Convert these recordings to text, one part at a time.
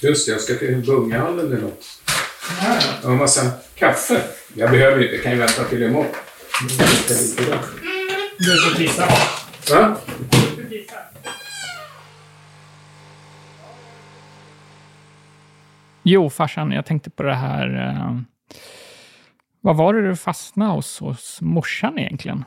Just det, jag ska till Bungahallen eller något. Jag har en massa kaffe. Jag behöver inte, kan ju vänta till imorgon. Du får kissa. Va? Du får kissa. Jo, farsan, jag tänkte på det här. Vad var det du fastnade hos morsan egentligen?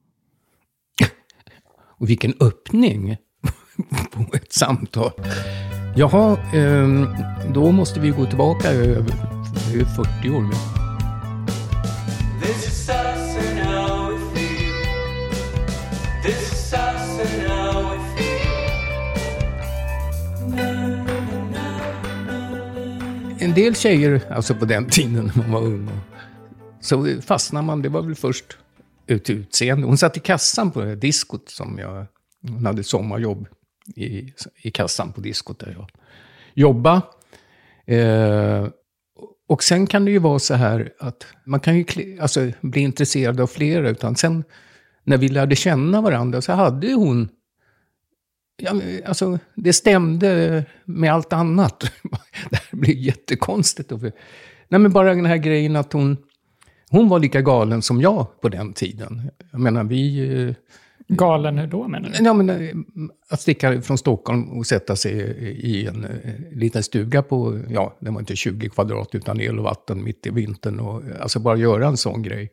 Och vilken öppning på ett samtal. Jaha, då måste vi gå tillbaka över 40 år. En del tjejer, alltså på den tiden när man var ung, så fastnade man, det var väl först utseende. Hon satt i kassan på det diskot som hon hade sommarjobb i kassan på diskot där jag jobbade. Och sen kan det ju vara så här att man kan ju bli intresserad av flera, utan sen när vi lärde känna varandra så hade ju hon, det stämde med allt annat. Det här blir jättekonstigt. Nej, men bara den här grejen att hon var lika galen som jag på den tiden. Jag menar, Galen hur då, menar du? Ja, men att sticka från Stockholm och sätta sig i en liten stuga på, det var inte 20 kvadrat utan el och vatten mitt i vintern. Och, alltså bara göra en sån grej.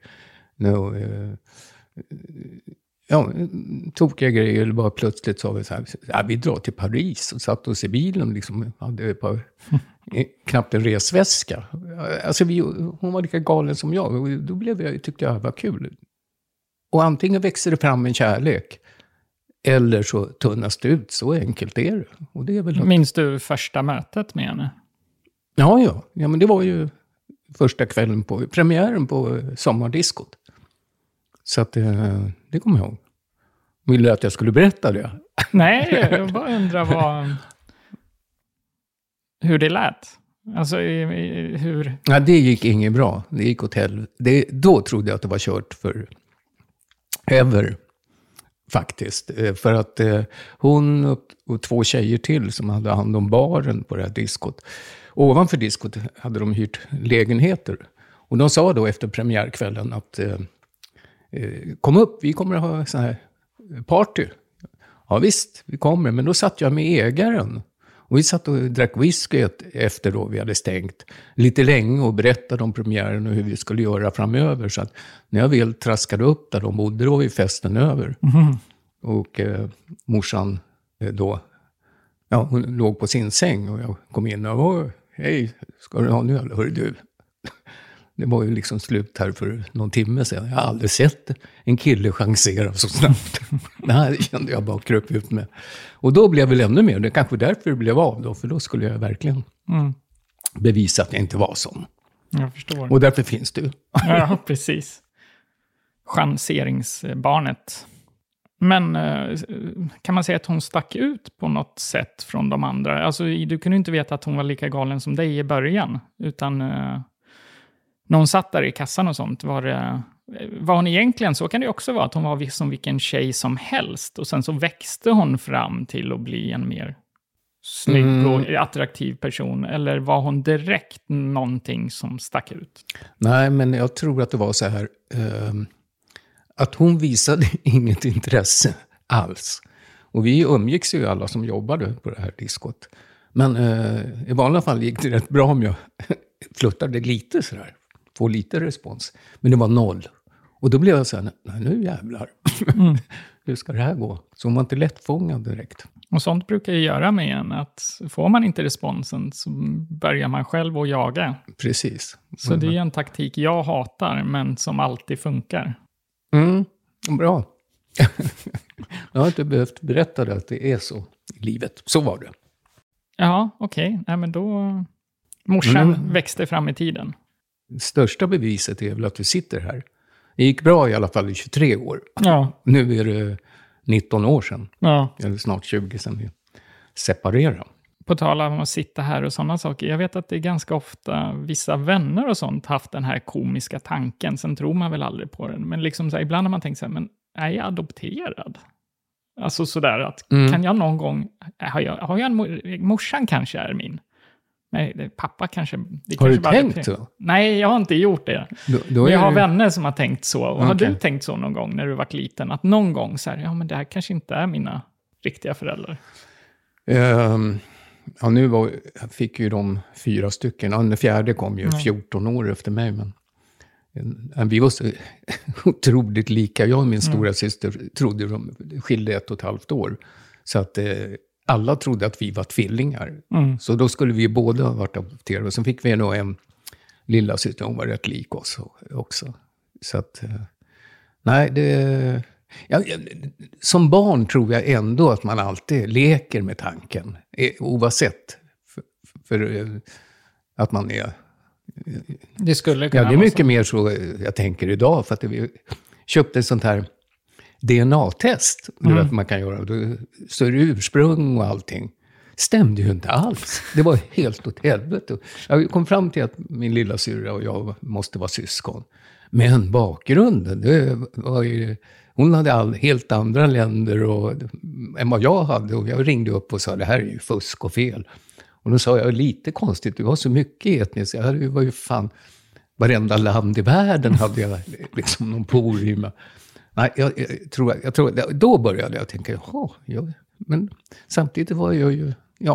Tokiga grejer, eller bara plötsligt sa vi så här, vi drar till Paris och satt oss i bilen, liksom, hade knappt en resväska. Alltså hon var lika galen som jag, och då tyckte jag det var kul. Och antingen växer det fram en kärlek, eller så tunnas det ut, så enkelt är det. Och det är väl Minns du första mötet med henne? Ja, men det var ju första kvällen på premiären på sommardiskot. Så att det kommer jag ihåg. Vill du att jag skulle berätta det? Nej, jag bara undrar hur det lät. Alltså hur... Ja, det gick inget bra. Det gick åt helvete. Då trodde jag att det var kört för över, faktiskt. För att hon och 2 tjejer till som hade hand om baren på det här diskot. Ovanför diskot hade de hyrt lägenheter. Och de sa då efter premiärkvällen att kom upp, vi kommer att ha sån här party. Ja visst, vi kommer. Men då satt jag med ägaren. Och vi satt och drack whisky efter då vi hade stängt lite länge och berättade om premiären och hur vi skulle göra framöver. Så att när jag väl traskade upp där de bodde, då var ju festen över. Mm. Och morsan då, hon låg på sin säng och jag kom in och hej, ska du ha nu eller? Hör du? Det var ju liksom slut här för någon timme sedan. Jag har aldrig sett en kille chansera så snabbt. Det här kände jag bara kröp ut med. Och då blev jag väl ännu mer. Det är kanske därför det blev av då. För då skulle jag verkligen bevisa att jag inte var sån. Jag förstår. Och därför finns du. Ja, precis. Chanseringsbarnet. Men kan man säga att hon stack ut på något sätt från de andra? Alltså, du kunde inte veta att hon var lika galen som dig i början. Utan... när hon satt där i kassan och sånt, var hon egentligen, så kan det också vara, att hon var som vilken tjej som helst. Och sen så växte hon fram till att bli en mer snygg och attraktiv person. Eller var hon direkt någonting som stack ut? Nej, men jag tror att det var så här, att hon visade inget intresse alls. Och vi umgicks ju alla som jobbade på det här diskot. Men i vanliga fall gick det rätt bra om jag fluttade lite sådär. Få lite respons. Men det var 0. Och då blev jag så här, nej nu jävlar. Hur ska det här gå? Så man var inte lättfångad direkt. Och sånt brukar ju göra med en, att får man inte responsen så börjar man själv att jaga. Precis. Så det är en taktik jag hatar, men som alltid funkar. Bra. Jag har inte behövt berätta det, att det är så i livet. Så var det. Ja, okej. Nej, men då... Morsan växte fram i tiden. Största beviset är väl att du sitter här. Det gick bra i alla fall i 23 år. Ja. Nu är det 19 år sedan. Ja. Eller snart 20 sedan vi separerade. På tal om att sitta här och sådana saker. Jag vet att det är ganska ofta vissa vänner och sånt haft den här komiska tanken. Sen tror man väl aldrig på den. Men liksom så här, ibland har man tänkt så här, men är jag adopterad? Alltså sådär att, kan jag någon gång, har jag en morsan kanske är min? Nej, pappa kanske... Har du tänkt så? Nej, jag har inte gjort det. Då men jag har det... vänner som har tänkt så. Och har du tänkt så någon gång när du var liten? Att någon gång så här, ja men det här kanske inte är mina riktiga föräldrar. Ja, jag fick ju de 4 stycken. Den 4:e kom ju 14 år efter mig. Men vi var så otroligt lika. Jag och min stora syster trodde de skilde 1,5 år. Så att alla trodde att vi var tvillingar. Så då skulle vi båda ha varit adopterade. Och sen fick vi nog en lilla syster, hon var rätt lik oss också. Så att, nej, som barn tror jag ändå att man alltid leker med tanken. Oavsett för att man är... Det skulle kunna det är mycket mer så jag tänker idag. För att vi köpte ett sånt här DNA-test. Du vet man kan göra. Så är det ursprung och allting. Stämde ju inte alls. Det var helt åt helvete. Jag kom fram till att min lilla syrra och jag måste vara syskon. Men bakgrunden, det var ju... Hon hade helt andra länder än vad jag hade. Och jag ringde upp och sa, det här är ju fusk och fel. Och då sa jag, lite konstigt, det var så mycket etniskt. Det var ju fan, varenda land i världen hade jag liksom någon por i mig. Nej, jag tror, då började jag tänka, men samtidigt var jag ju,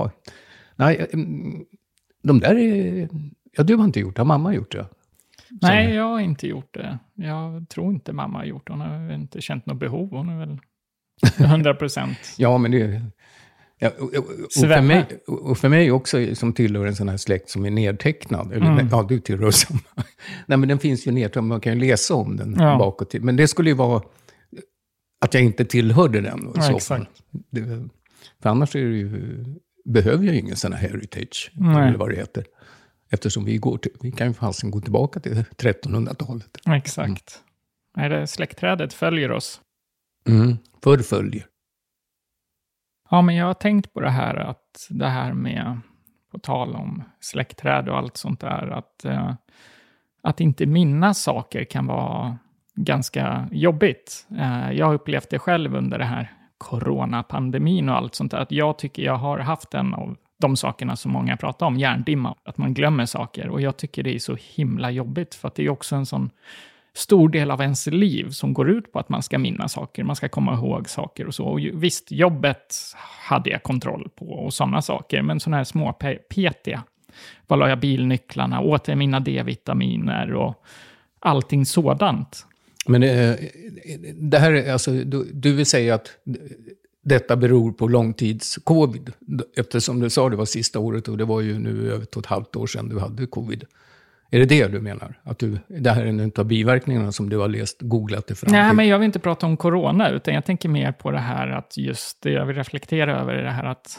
de där är, du har inte gjort det, har mamma gjort det? Nej, jag har inte gjort det. Jag tror inte mamma har gjort det. Hon har inte känt något behov. Hon är väl 100%. Ja, men det... Ja, och för mig också som tillhör en sån här släkt som är nedtecknad. Eller, ja, du tillhör samma. Nej, men den finns ju nedtecknad. Man kan ju läsa om den bakåt. Men det skulle ju vara att jag inte tillhörde den. Ja, exakt. För annars är det ju, behöver jag ju ingen sån här heritage. Eller vad det heter. Eftersom vi kan ju fanns gå tillbaka till 1300-talet. Exakt. Nej, det släktträdet följer oss. Förföljer. Ja, men jag har tänkt på det här med, på tal om släktträd och allt sånt där, att inte minnas saker kan vara ganska jobbigt. Jag har upplevt det själv under det här coronapandemin och allt sånt där, att jag tycker jag har haft en av de sakerna som många pratar om, hjärndimma, att man glömmer saker. Och jag tycker det är så himla jobbigt, för att det är också en sån stor del av ens liv som går ut på att man ska minna saker, man ska komma ihåg saker och så. Och visst, jobbet hade jag kontroll på och sådana saker, men sådana här små petiga. Var la jag bilnycklarna, åt jag mina D-vitaminer och allting sådant. Men det här är alltså, du vill säga att detta beror på långtids-covid, eftersom du sa det var sista året och det var ju nu över 2,5 år sedan du hade covid. Är det du menar? Att det här är en av biverkningarna som du har googlat det fram till? Nej, men jag vill inte prata om corona, utan jag tänker mer på det här att just det jag vill reflektera över är det här att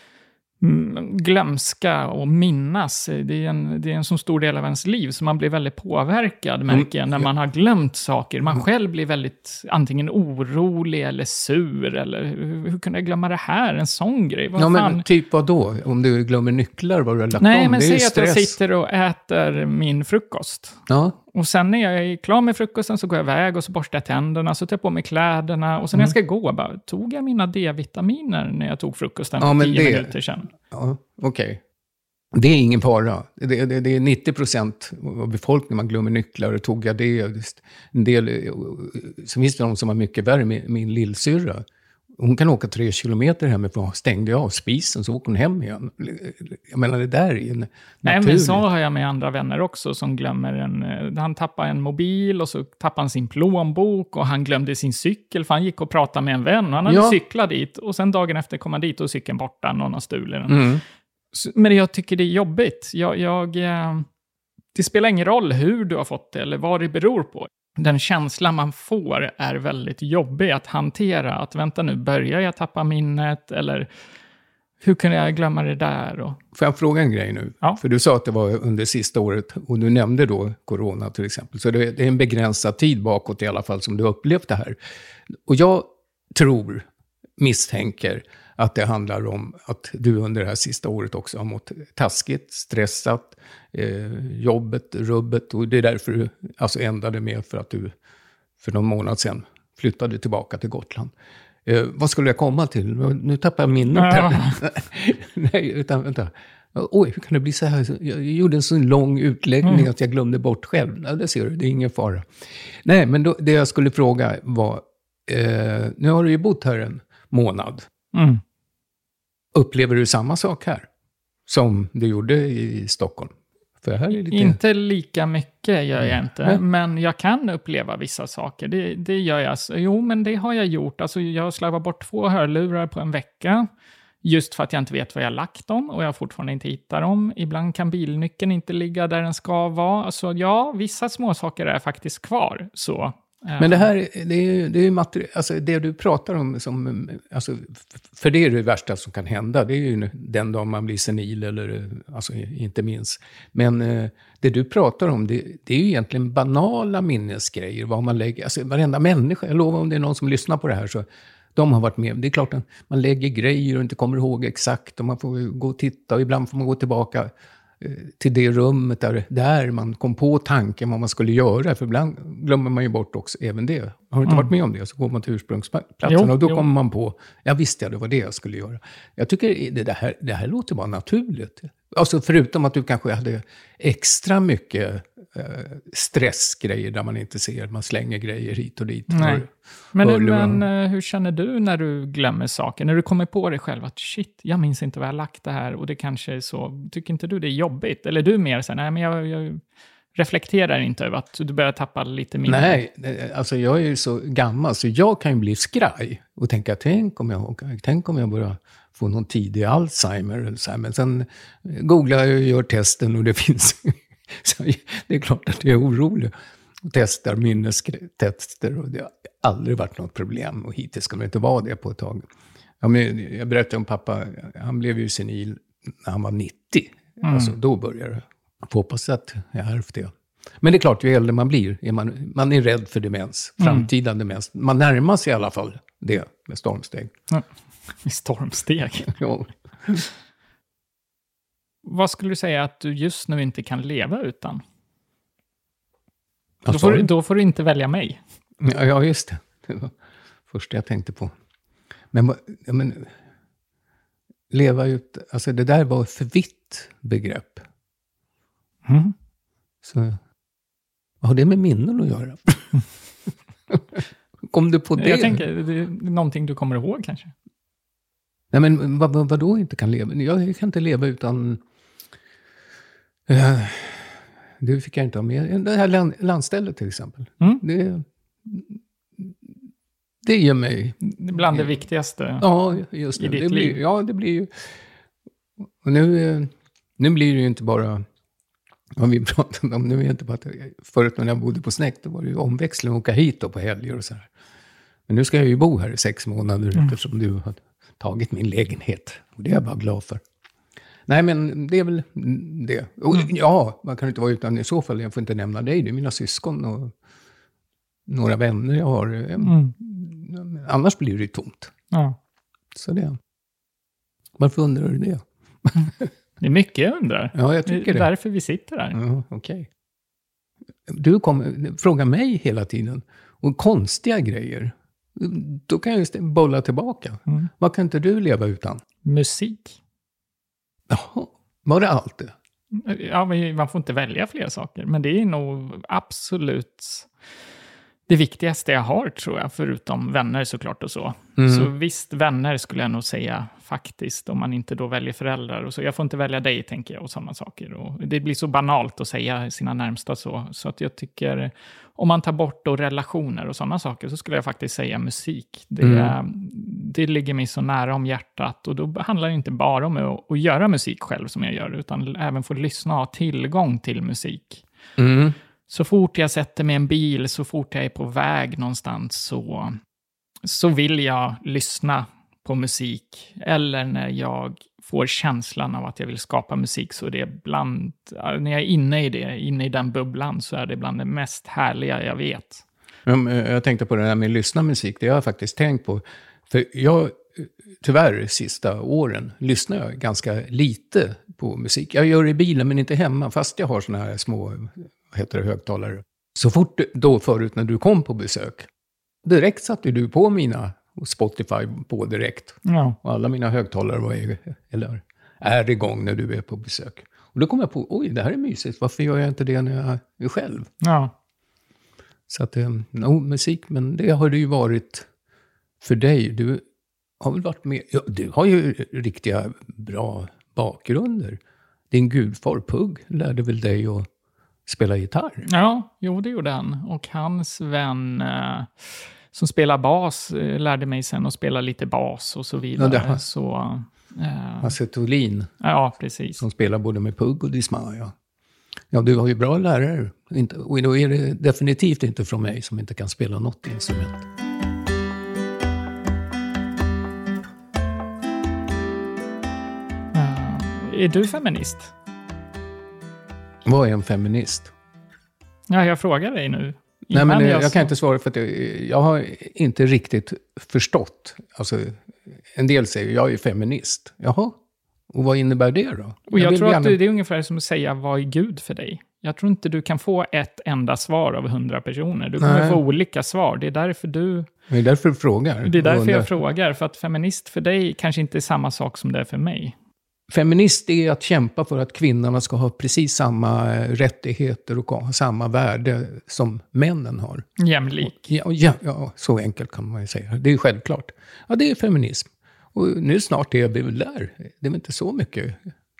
glömska och minnas. Det är en så stor del av ens liv, så man blir väldigt påverkad, märker jag, när man har glömt saker. Man själv blir väldigt antingen orolig eller sur, eller hur kunde jag glömma det här? En sån grej. Men typ vad då? Om du glömmer nycklar, vad du har lagt Nej, om? men det säg att jag sitter och äter min frukost. Ja. Och sen när jag är klar med frukosten så går jag iväg och så borstar jag tänderna, så tar jag på mig kläderna. Och sen när jag ska gå, tog jag mina D-vitaminer när jag tog frukosten för 10 minuter sedan. Ja, okej. Det är ingen fara. Det är 90% av befolkningen man glömmer nycklar, och tog jag det. En del, så finns det de som har mycket värre, min lillsyrra. Hon kan åka 3 kilometer hemifrån, stängde jag av spisen så åker hon hem igen. Jag menar, det där är ju naturligt. Nej, men så har jag med andra vänner också som glömmer han tappar en mobil och så tappar han sin plånbok och han glömde sin cykel för han gick och pratade med en vän och han hade cyklat dit och sen dagen efter kom han dit och cykeln borta, någon har stulit den. Men jag tycker det är jobbigt. Det spelar ingen roll hur du har fått det eller vad det beror på. Den känslan man får är väldigt jobbig att hantera. Att vänta nu, börjar jag tappa minnet? Eller hur kunde jag glömma det där? Får jag fråga en grej nu? Ja. För du sa att det var under sista året och du nämnde då corona till exempel. Så det är en begränsad tid bakåt i alla fall som du har upplevt det här. Och jag misstänker att det handlar om att du under det här sista året också har mått taskigt, stressat, jobbet, rubbet. Och det är därför du alltså ändade med för att du för någon månad sedan flyttade tillbaka till Gotland. Vad skulle jag komma till? Nu tappar jag minnet här. Nej, utan vänta. Oj, hur kan det bli så här? Jag gjorde en så lång utläggning att jag glömde bort själv. Ja, det ser du, det är ingen fara. Nej, men då, det jag skulle fråga var, nu har du ju bott här en månad. Upplever du samma sak här som du gjorde i Stockholm? För här är lite... Inte lika mycket gör jag inte, men jag kan uppleva vissa saker. Det gör jag. Jo, men det har jag gjort. Alltså, jag har slarvat bort 2 hörlurar på en vecka. Just för att jag inte vet var jag lagt dem och jag fortfarande inte hittar dem. Ibland kan bilnyckeln inte ligga där den ska vara. Alltså, ja, vissa små saker är faktiskt kvar. Så. Men det här, det är ju alltså det du pratar om, som, alltså, för det är det värsta som kan hända. Det är ju den dag man blir senil eller alltså, inte minst. Men det du pratar om, det är ju egentligen banala minnesgrejer. Vad man lägger, alltså varenda människa, jag lovar om det är någon som lyssnar på det här så de har varit med. Det är klart att man lägger grejer och inte kommer ihåg exakt. Och man får gå och titta och ibland får man gå tillbaka till det rummet där man kom på tanken vad man skulle göra. För ibland glömmer man ju bort också även det. Har du inte varit med om det så går man till ursprungsplatsen och då kommer man på, jag visste det var det jag skulle göra. Jag tycker det här låter bara naturligt. Alltså förutom att du kanske hade extra mycket stressgrejer där man inte ser, man slänger grejer hit och dit. Nej. Men hur känner du när du glömmer saker? När du kommer på dig själv att shit, jag minns inte vad jag lagt det här och det kanske är så. Tycker inte du det är jobbigt? Eller du mer så här, nej men jag reflekterar inte över att du börjar tappa lite minne? Nej, alltså jag är ju så gammal så jag kan ju bli skraj och tänka, tänk om jag börjar få någon tidig Alzheimer eller så här. Men sen googlar jag och gör testen och det finns... Så det är klart att jag är orolig och testar minnestester och det har aldrig varit något problem och hittills ska det inte vara det på ett tag. Ja, men jag berättade om pappa, han blev ju senil när han var 90. Alltså då började det. Jag hoppas att jag ärvt det. Men det är klart, ju äldre man blir är man är rädd för demens, framtida demens. Man närmar sig i alla fall det med stormsteg. Med stormsteg? Ja. Vad skulle du säga att du just nu inte kan leva utan? Då får du inte välja mig. Ja, just det. Det var första jag tänkte på. Men leva ut, alltså det där var för vitt begrepp. Så vad har det med minnen att göra? Kom du på det? Jag tänker, det är någonting du kommer ihåg kanske. Nej, men vad då inte kan leva? Jag kan inte leva utan... det fick jag inte ha med. Det här landstället till exempel. Det ger mig... Bland det viktigaste. Ja, just det. I ditt liv. Ja, det blir ju... Och nu blir det ju inte bara... Vad vi pratade om, nu är det inte bara att... Förut när jag bodde på Snäck, då var det ju omväxling och åka hit då på helger och så här. Men nu ska jag ju bo här i 6 månader eftersom du har tagit min lägenhet. Och det är jag bara glad för. Nej, men det är väl det. Och, ja, man kan inte vara utan i så fall. Jag får inte nämna dig. Det är mina syskon och några vänner jag har. Annars blir det ju tomt. Ja. Så det. Varför undrar du det? Det är mycket jag undrar. Ja, jag tycker det. Det är därför vi sitter här. Ja, okej. Du frågar mig hela tiden. Och konstiga grejer. Då kan jag just bolla tillbaka. Vad kan inte du leva utan? Musik. Jaha, var det allt det? Ja, man får inte välja fler saker. Men det är nog absolut det viktigaste jag har, tror jag. Förutom vänner såklart och så. Så visst, vänner skulle jag nog säga faktiskt. Om man inte då väljer föräldrar och så. Jag får inte välja dig, tänker jag, och sådana saker. Och det blir så banalt att säga sina närmsta så. Så att jag tycker, om man tar bort då relationer och sådana saker, så skulle jag faktiskt säga musik. Det ligger mig så nära om hjärtat. Och då handlar det inte bara om att göra musik själv som jag gör. Utan även få lyssna och ha tillgång till musik. Så fort jag sätter mig i en bil, så fort jag är på väg någonstans, så vill jag lyssna på musik. Eller när jag får känslan av att jag vill skapa musik, så är det bland, när jag är inne i den bubblan, så är det bland det mest härliga jag vet. Jag tänkte på det här med att lyssna musik, det har jag faktiskt tänkt på. För jag, tyvärr, sista åren lyssnar jag ganska lite på musik. Jag gör det i bilen men inte hemma, fast jag har såna här små... högtalare. Så fort då förut när du kom på besök, direkt satte du på mina Spotify på direkt. Ja. Och alla mina högtalare var eller är igång när du är på besök. Och då kom jag på, oj, det här är mysigt. Varför gör jag inte det när jag är själv? Ja. Så att, musik, men det har det ju varit för dig. Du har väl varit med, ja, du har ju riktiga bra bakgrunder. Din gudfar Pugg lärde väl dig att spela gitarr? Ja, jo det gjorde han. Och hans vän som spelar bas lärde mig sen att spela lite bas och så vidare. Ja, så, Hasse Tholin. Ja, precis. Som spelar både med Pugg och Disma, ja. Ja, du har ju bra lärare. Och då är det definitivt inte från mig som inte kan spela något instrument. Är du feminist? Vad är en feminist? Ja, jag frågar dig nu. Nej, men jag kan inte svara för att jag har inte riktigt förstått. Alltså, en del säger jag är feminist. Jaha, och vad innebär det då? Och jag tror att det är ungefär som att säga vad är Gud för dig? Jag tror inte du kan få ett enda svar av 100 personer. Du kommer få olika svar. Det är därför du... Det är därför du frågar. Det är därför jag frågar. För att feminist för dig kanske inte är samma sak som det är för mig. Feminist är att kämpa för att kvinnorna ska ha precis samma rättigheter och ha samma värde som männen har. Jämlik. Ja, så enkelt kan man ju säga. Det är självklart. Ja, det är feminism. Och nu snart är vi väl där. Det är väl inte så mycket.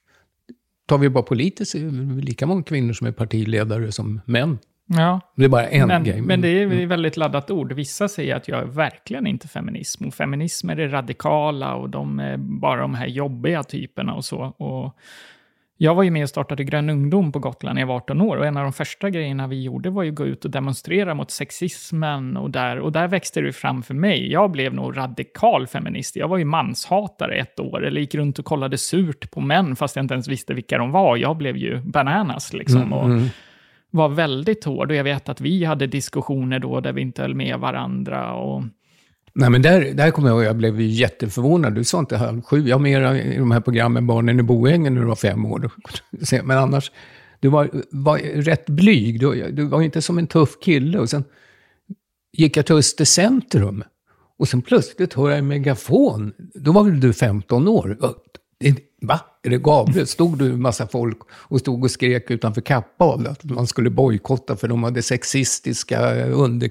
Tar vi bara politiskt är det lika många kvinnor som är partiledare som män. Ja. Det är bara en grej. Men det är väldigt laddat ord. Vissa säger att jag är verkligen inte feminism. Och feminism är det radikala och de är bara de här jobbiga typerna och så. Och jag var ju med och startade Grön ungdom på Gotland när jag var 18 år. Och en av de första grejerna vi gjorde var ju att gå ut och demonstrera mot sexismen. Och där växte det fram för mig. Jag blev nog radikal feminist. Jag var ju manshatare ett år. Eller gick runt och kollade surt på män fast jag inte ens visste vilka de var. Jag blev ju bananas liksom. Och var väldigt hård. Och jag vet att vi hade diskussioner då där vi inte höll med varandra. Och... Nej, men där kommer jag ihåg, jag blev jätteförvånad. Du sa inte 7:30. Jag mera i de här programmen Barnen i Boängen när du var 5 år. Men annars, du var rätt blyg. Du var inte som en tuff kille. Och sen gick jag till Östercentrum. Och sen plötsligt hör jag en megafon. Då var väl du 15 år. Va? Är det Gabriel? Stod du en massa folk och stod och skrek utanför Kappahl att man skulle bojkotta för de hade sexistiska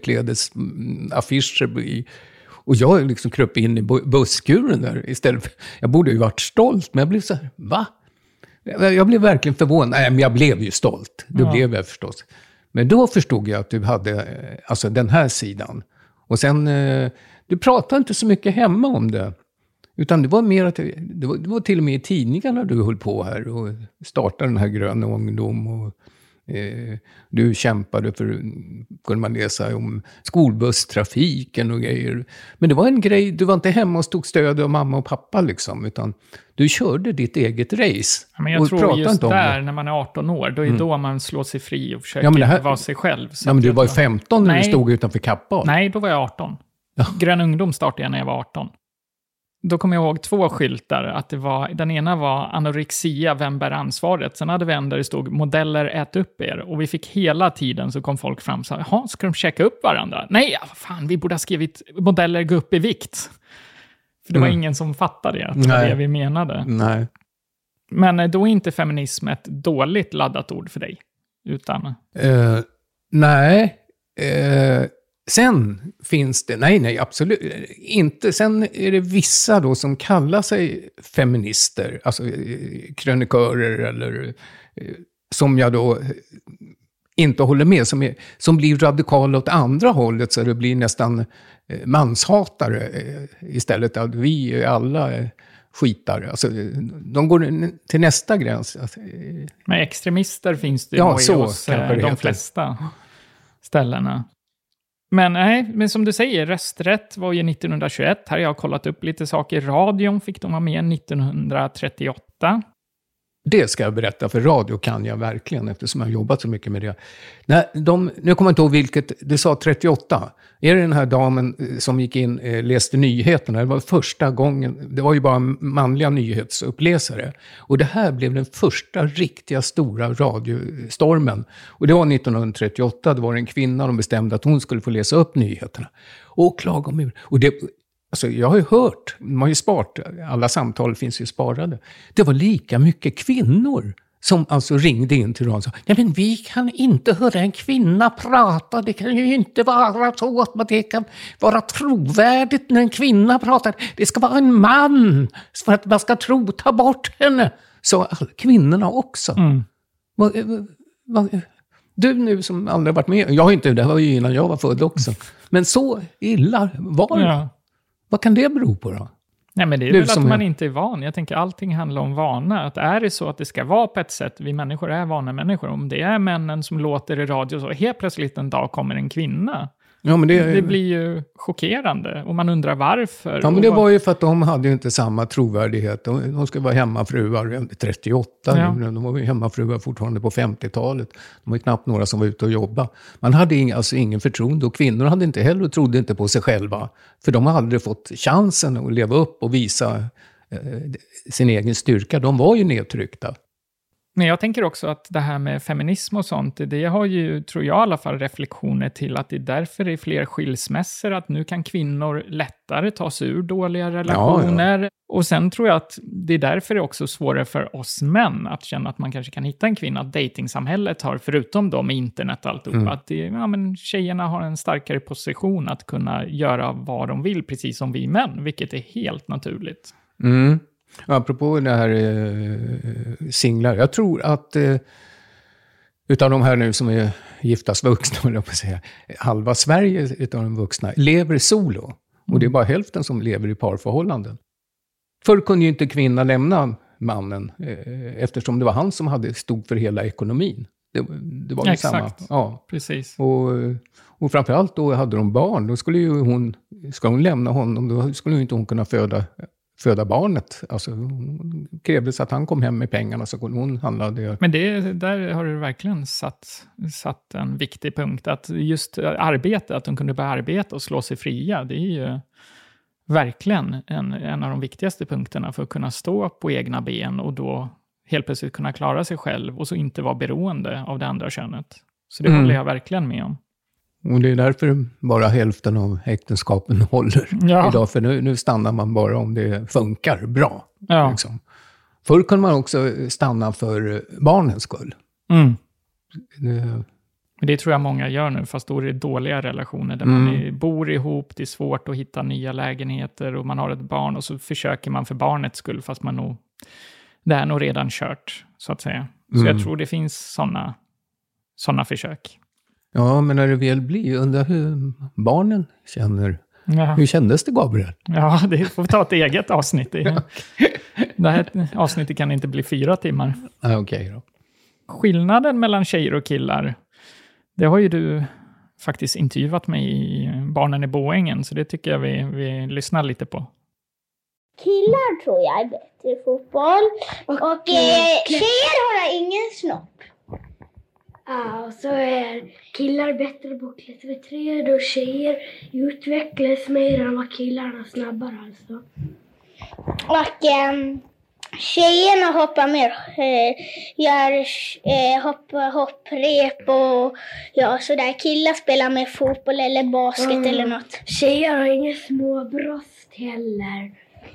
underklädesaffischer i. Och jag liksom kröp in i busskuren där istället. Jag borde ju varit stolt, men jag blev så här, va? Jag blev verkligen förvånad. Nej, men jag blev ju stolt. Det blev jag förstås. Men då förstod jag att du hade alltså den här sidan. Och sen, du pratade inte så mycket hemma om det. Utan det var mer att det var till och med i tidningarna du höll på här och startade den här Grön ungdom och du kämpade för, kunde man läsa om skolbusstrafiken och grejer. Men det var en grej, du var inte hemma och stod stöd av mamma och pappa liksom, utan du körde ditt eget race. Ja, men jag tror just där, när man är 18 år, då är då man slår sig fri och försöker vara sig själv. Så ja, men du var ju 15 när du stod utanför Kappahl. Nej, då var jag 18. Ja. Grön ungdom startade jag när jag var 18. Då kommer jag ihåg 2 skyltar. Att den ena var anorexia, vem bär ansvaret? Sen hade vi en där det stod modeller, ät upp er. Och vi fick hela tiden så kom folk fram och sa, jaha, ska de checka upp varandra? Nej, fan, vi borde ha skrivit modeller gå upp i vikt. För det var ingen som fattade att det var det vi menade. Nej. Men då är inte feminism ett dåligt laddat ord för dig? Utan... Nej. Sen finns det, nej, absolut inte. Sen är det vissa då som kallar sig feminister, alltså krönikörer eller som jag då inte håller med, som blir radikala åt andra hållet så det blir nästan manshatare istället. Att vi är alla skitare. Alltså, de går till nästa gräns. Men extremister finns det ju hos de flesta ställena. Men som du säger, rösträtt var ju 1921. Här har jag kollat upp lite saker. Radion fick de vara med 1938. Det ska jag berätta, för radio kan jag verkligen eftersom jag har jobbat så mycket med det. Nej, nu kommer jag inte ihåg vilket, du sa 38. Är det den här damen som gick in läste nyheterna? Det var första gången, det var ju bara manliga nyhetsuppläsare. Och det här blev den första riktiga stora radiostormen. Och det var 1938, det var en kvinna, de bestämde att hon skulle få läsa upp nyheterna. Och klaga om och det, Alltså jag har ju hört, man har ju sparat, alla samtal finns ju sparade. Det var lika mycket kvinnor som alltså ringde in till dem och sa, nej men vi kan inte höra en kvinna prata, det kan ju inte vara så att det kan vara trovärdigt när en kvinna pratar. Det ska vara en man för att man ska ta bort henne. Så kvinnorna också. Du nu som aldrig varit med, jag har inte, det var ju innan jag var född också. Men så illa var det. Ja. Vad kan det bero på då? Nej, men det är väl att man inte är van. Jag tänker allting handlar om vana. Att är det så att det ska vara på ett sätt, vi människor är vana människor. Om det är männen som låter i radio så helt plötsligt en dag kommer en kvinna. Ja, men det blir ju chockerande och man undrar varför. Ja, men det var ju för att de hade ju inte samma trovärdighet. De ska vara hemmafruar 38. Ja. De var ju hemmafruar fortfarande på 50-talet. De var ju knappt några som var ute och jobbade. Man hade ingen förtroende och kvinnor hade inte heller trodde inte på sig själva. För de hade aldrig fått chansen att leva upp och visa sin egen styrka. De var ju nedtryckta. Men jag tänker också att det här med feminism och sånt, det har ju, tror jag i alla fall, reflektioner till att det är därför det är fler skilsmässor, att nu kan kvinnor lättare ta sig ur dåliga relationer. Ja. Och sen tror jag att det är därför det är också svårare för oss män att känna att man kanske kan hitta en kvinna. Datingsamhället har, förutom då med internet och alltihop, att men tjejerna har en starkare position att kunna göra vad de vill, precis som vi män, vilket är helt naturligt. Mm. Apropå det här singlar, jag tror att utav de här nu som är giftast vuxna, vill jag säga, halva Sverige utav de vuxna lever solo. Och det är bara hälften som lever i parförhållanden. Förr kunde ju inte kvinnan lämna mannen eftersom det var han som stod för hela ekonomin. Det var ju exakt. Samma. Ja, precis. Och framförallt då hade de barn. Då skulle ju ska hon lämna honom, då skulle ju inte hon kunna föda barnet. Alltså, hon krävdes att han kom hem med pengarna så hon handlade. Men där har du verkligen satt en viktig punkt. Att just arbete, att de kunde börja arbeta och slå sig fria, det är ju verkligen en av de viktigaste punkterna för att kunna stå på egna ben och då helt plötsligt kunna klara sig själv och så inte vara beroende av det andra könet. Så det håller jag verkligen med om. Och det är därför bara hälften av äktenskapen håller idag. För nu stannar man bara om det funkar bra. Ja. Liksom. Förr kunde man också stanna för barnens skull. Men det tror jag många gör nu, fast då är det dåliga relationer där man bor ihop, det är svårt att hitta nya lägenheter och man har ett barn och så försöker man för barnets skull fast det är nog redan kört, så att säga. Så jag tror det finns såna försök. Ja, men när det väl blir, undrar hur barnen känner. Ja. Hur kändes det, Gabriel? Ja, det får vi ta ett eget avsnitt. Det här avsnittet kan inte bli 4 timmar. Okej då. Skillnaden mellan tjejer och killar, det har ju du faktiskt intervjuat mig i Barnen i Boängen, så det tycker jag vi lyssnar lite på. Killar tror jag är bättre i fotboll och tjejer har ingen snopp. Ja, och så är killar bättre på klätterträd och tjejer utvecklas mer än vad killarna snabbare alltså. Och tjejerna hoppar mer, gör hopprep och sådär. Killar spelar med fotboll eller basket eller något. Tjejer har inga små bröst heller.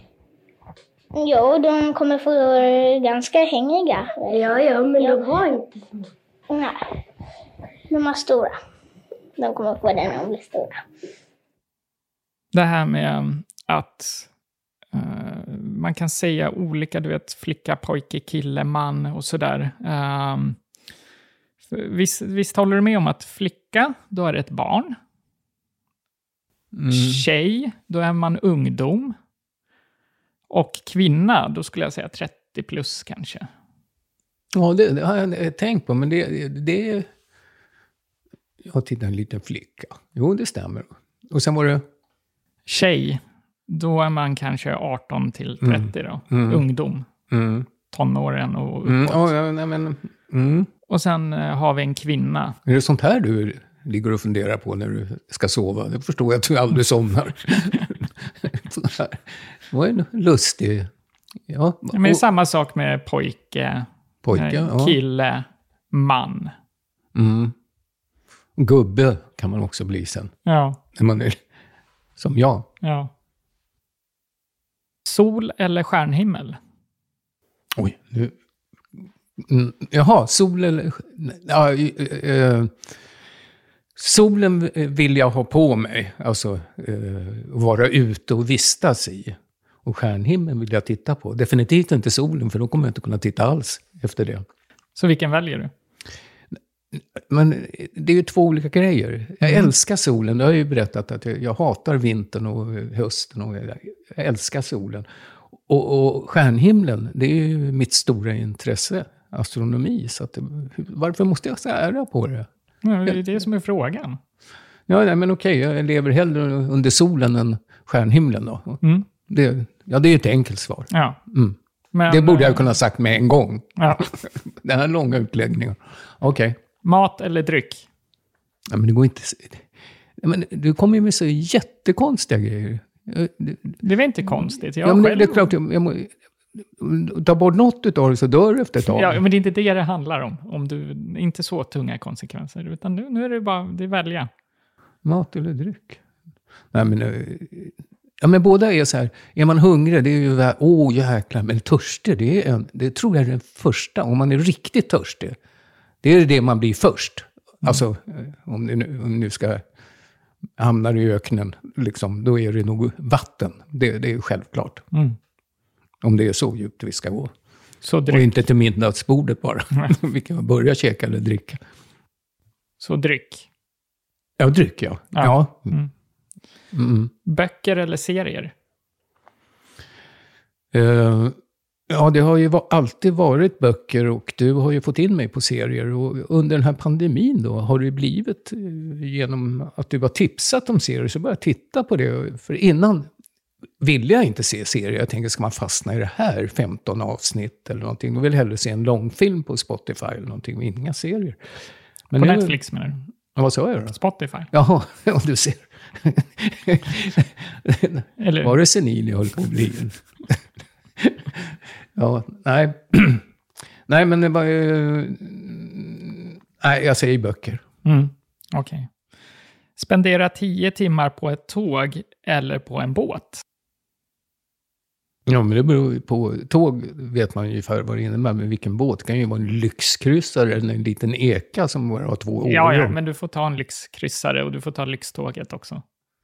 Jo, de kommer få ganska hängiga. Ja, men de har inte små. Nej, de är stora. De kommer få den när de blir stora. Det här med att man kan säga olika, du vet, flicka, pojke, kille, man och sådär. Visst håller du med om att flicka, då är det ett barn. Tjej, då är man ungdom. Och kvinna, då skulle jag säga 30 plus kanske. Ja, det har jag tänkt på, men det jag tittar en liten flicka. Jo, det stämmer. Och sen var det... Tjej, då är man kanske 18 till 30 då. Ungdom. Tonåren och uppåt. Och sen har vi en kvinna. Är det sånt här du ligger och funderar på när du ska sova? Jag förstår att du aldrig somnar. Det var en lustig... Ja. Men det är samma sak med pojke, kille, man. Gubbe kan man också bli sen. Ja. När man är som jag. Ja. Sol eller stjärnhimmel? Oj, nu... Jaha, sol eller... Ja, solen vill jag ha på mig. Alltså vara ute och vistas i. Och stjärnhimmeln vill jag titta på. Definitivt inte solen, för då kommer jag inte kunna titta alls efter det. Så vilken väljer du? Men det är ju två olika grejer. Jag älskar solen. Jag har ju berättat att jag hatar vintern och hösten. Och jag älskar solen. Och stjärnhimlen, det är ju mitt stora intresse. Astronomi. Så att varför måste jag sära på det? Ja, det är det som är frågan. Ja, nej, men okej. Jag lever hellre under solen än stjärnhimlen då. Mm. Det är ju ett enkelt svar. Ja. Mm. Men, det borde jag kunna sagt med en gång. Ja. Den här långa utläggningen. Okej. Mat eller dryck? Ja, men det går inte... Men du kommer ju med så jättekonstiga grejer. Det är väl inte konstigt? Ja, men det är klart, ta bort något utav det så dör du efter ett tag. Ja, men det är inte det handlar om du inte så tunga konsekvenser. Utan nu är det bara det välja. Mat eller dryck? Nej, men båda är så här. Är man hungrig, det är ju jäklar. Men törstig, det tror jag är den första. Om man är riktigt törstig. Det är det man blir först. Alltså, om nu ska hamna i öknen, liksom, då är det nog vatten. Det är självklart. Mm. Om det är så djupt vi ska gå. Så dryck. Och inte till middagsbordet bara. Vi kan börja käka eller dricka. Så dryck. Ja, dryck, ja. Ja. Mm. Mm. Böcker eller serier? Ja, det har ju alltid varit böcker och du har ju fått in mig på serier. Och under den här pandemin då har det blivit genom att du har tipsat om serier så började jag titta på det. För innan ville jag inte se serier. Jag tänkte, ska man fastna i det här 15 avsnitt eller någonting? Då vill jag hellre se en långfilm på Spotify eller någonting och inga serier. Men på Netflix menar du? Ja, vad sa jag då? Spotify. Jaha, om du ser. Eller... Var det senil jag höll på att bli? Ja, nej. Nej, men det var nej, jag säger böcker. Mm. Okej. Okay. Spendera 10 timmar på ett tåg eller på en båt? Ja, men det beror ju på. Tåg vet man ju för vad det innebär, men vilken båt? Det kan ju vara en lyxkryssare eller en liten eka som bara har 2 år. Ja, men du får ta en lyxkryssare och du får ta lyxtåget också.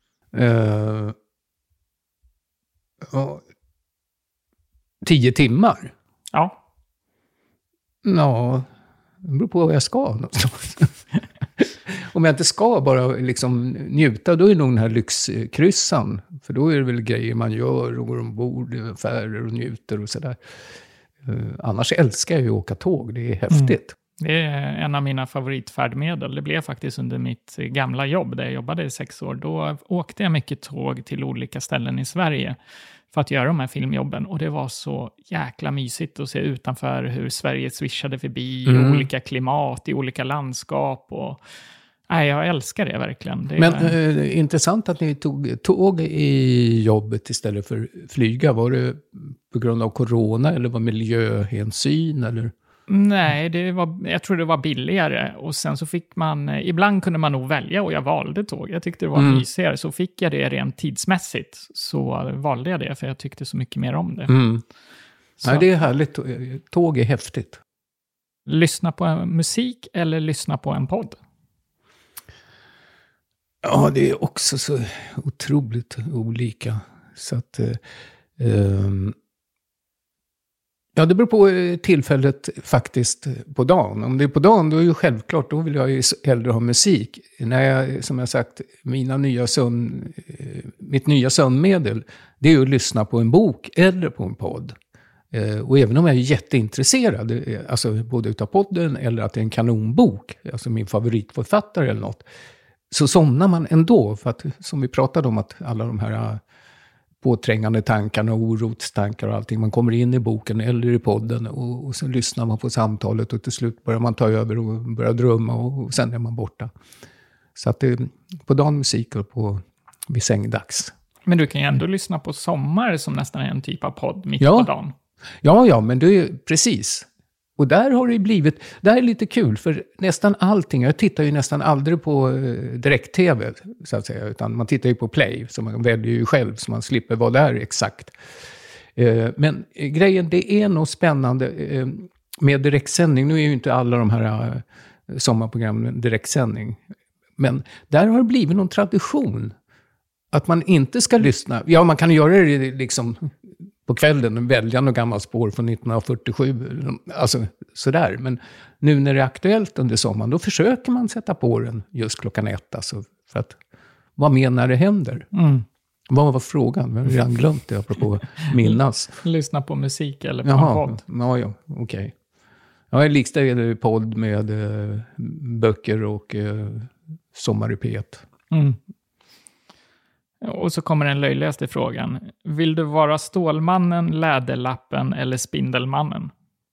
10 timmar? Ja. Ja, det beror på vad jag ska någonstans. Om jag inte ska bara liksom njuta, då är det nog den här lyxkryssan. För då är det väl grejer man gör och går ombord i affärer och njuter och sådär. Annars älskar jag ju att åka tåg, det är häftigt. Det är en av mina favoritfärdmedel. Det blev faktiskt under mitt gamla jobb där jag jobbade i 6 år. Då åkte jag mycket tåg till olika ställen i Sverige för att göra de här filmjobben. Och det var så jäkla mysigt att se utanför hur Sverige swishade förbi i olika klimat, i olika landskap. Och, nej, jag älskar det verkligen. Men intressant att ni tog tåg i jobbet istället för flyga. Var det på grund av corona eller var miljöhänsyn eller? Nej, jag tror det var billigare. Och sen så fick man, ibland kunde man nog välja och jag valde tåg. Jag tyckte det var mysigare. Så fick jag det rent tidsmässigt så valde jag det för jag tyckte så mycket mer om det. Nej, det är härligt. Tåg är häftigt. Lyssna på musik eller lyssna på en podd? Ja, det är också så otroligt olika. Så att... Ja, det beror på tillfället faktiskt på dagen. Om det är på dagen, då är ju självklart, då vill jag ju hellre ha musik. När jag, som jag sagt, mitt nya sömnmedel, det är ju att lyssna på en bok eller på en podd. Och även om jag är jätteintresserad, alltså både utav podden eller att det är en kanonbok, alltså min favoritförfattare eller något, så somnar man ändå. För att, som vi pratade om, att alla de här påträngande tankarna och orotstankar och allting. Man kommer in i boken eller i podden och så lyssnar man på samtalet och till slut börjar man ta över och börjar drömma och sen är man borta. Så att det är på dagen musik och vid sängdags. Men du kan ju ändå lyssna på Sommar som nästan är en typ av podd mitt på dagen. Ja, men det är precis. Och där har det blivit, det här är lite kul för nästan allting, jag tittar ju nästan aldrig på direkt-tv så att säga, utan man tittar ju på play så man väljer ju själv så man slipper vara där exakt. Men grejen, det är nog spännande med direktsändning. Nu är ju inte alla de här sommarprogrammen direktsändning. Men där har det blivit någon tradition. Att man inte ska lyssna. Ja, man kan göra det liksom på kvällen. Välja något gammalt spår från 1947. Alltså sådär. Men nu när det är aktuellt under sommaren. Då försöker man sätta på den just klockan 1. Alltså, för att vara med när det händer. Vad var frågan? Jag har redan glömt det apropå minnas. Lyssna på musik eller på en podd. Ja, okej. Jag likställer podd med böcker och sommarrepet. Och så kommer den löjligaste frågan. Vill du vara Stålmannen, Läderlappen eller Spindelmannen?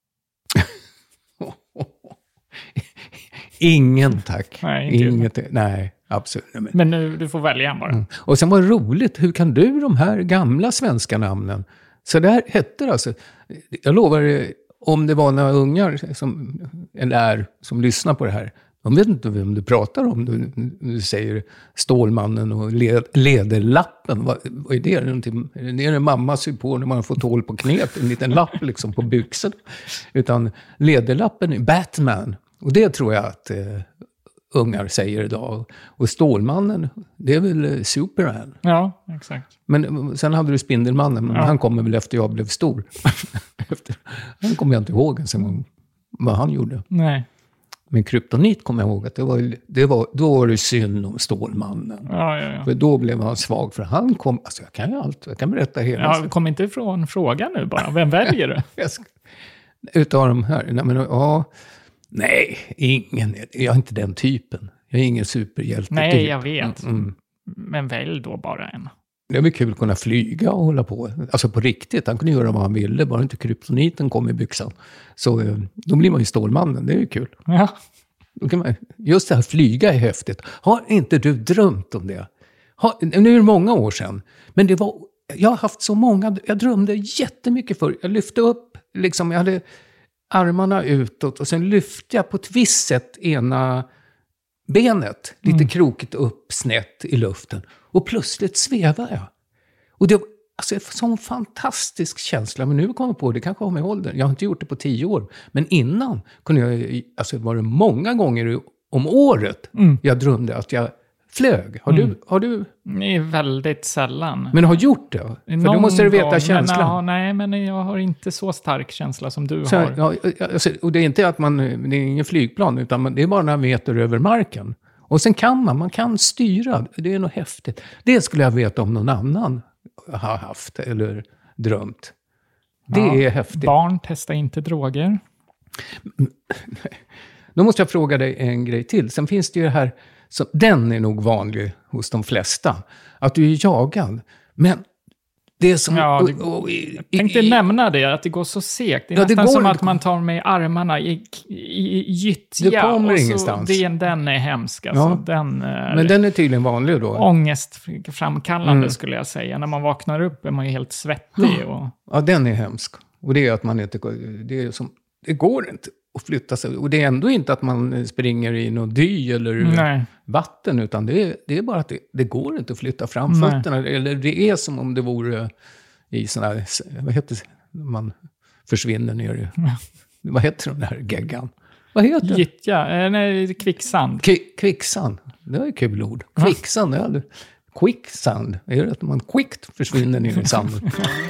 Ingen tack. Nej, nej, absolut. Men nu, du får välja bara. Och sen var det roligt, hur kan du de här gamla svenska namnen? Så det här hette alltså, jag lovar, om det var några ungar som lyssnar på det här, de vet inte vem du pratar om. Du säger Stålmannen och Läderlappen. Vad är det? Det är en mamma syr på när man får tål på knät. En liten lapp liksom på byxan. Utan Läderlappen är Batman. Och det tror jag att ungar säger idag. Och Stålmannen, det är väl Superman. Ja, exakt. Men sen hade du Spindelmannen. Men han kommer väl efter jag blev stor. Han kommer jag inte ihåg ens en gång vad han gjorde. Nej. Men kryptonit kommer jag ihåg att då var det synd om Stålmannen. Ja. För då blev han svag, för han kom, alltså jag kan berätta hela. Ja, kom inte ifrån frågan nu bara. Vem väljer du? Utav de här, nej, ingen, jag är inte den typen. Jag är ingen superhjälte. Nej, jag vet. Men välj då bara en. Det är väl kul att kunna flyga och hålla på. Alltså på riktigt, han kunde göra vad han ville. Bara inte kryptoniten kom i byxan. Så då blir man ju Stålmannen, det är ju kul. Ja. Då kan man, just det här flyga är häftigt. Har inte du drömt om det? Nu är det många år sedan. Men jag har haft så många, jag drömde jättemycket för. Jag lyfte upp, liksom, jag hade armarna utåt. Och sen lyfte jag på ett visst sätt ena benet. Lite krokigt upp, snett i luften. Och plötsligt svävar jag. Och det var alltså en sån fantastisk känsla. Men nu kommer jag på, det kanske har med åldern. Jag har inte gjort det på 10 år. Men innan kunde jag, alltså var det många gånger om året jag drömde att jag flög. Har du? Nej, väldigt sällan. Men har gjort det? För då måste du veta känslan. Nej, men jag har inte så stark känsla som du har. Ja, alltså, och det är inte att det är ingen flygplan, utan det är bara några meter över marken. Och sen kan man kan styra. Det är nog häftigt. Det skulle jag veta om någon annan har haft eller drömt. Det är häftigt. Barn testar inte droger. Då måste jag fråga dig en grej till. Sen finns det ju det här, den är nog vanlig hos de flesta. Att du är jagad. Men det är som... Ja, jag tänkte nämna det, att det går så segt. Det är nästan som att man tar med armarna i gyttja. Det kommer ingenstans. Den är hemsk. Alltså. Ja. Men den är tydligen vanlig då? Ångestframkallande skulle jag säga. När man vaknar upp är man ju helt svettig. Ja, den är hemsk. Och det är att man inte... Det går inte att flytta sig. Och det är ändå inte att man springer i någon dy eller vatten. Utan det är bara att det går inte att flytta fram fötterna. Eller det är som om det vore i sådana här... Vad heter det? Man försvinner ner i... Vad heter den här geggan? Vad heter det? Gyttja. Nej, kvicksand. Kvicksand. Det var ett kul ord. Kvicksand. Quicksand. Är det att man quickt försvinner ner i sanden?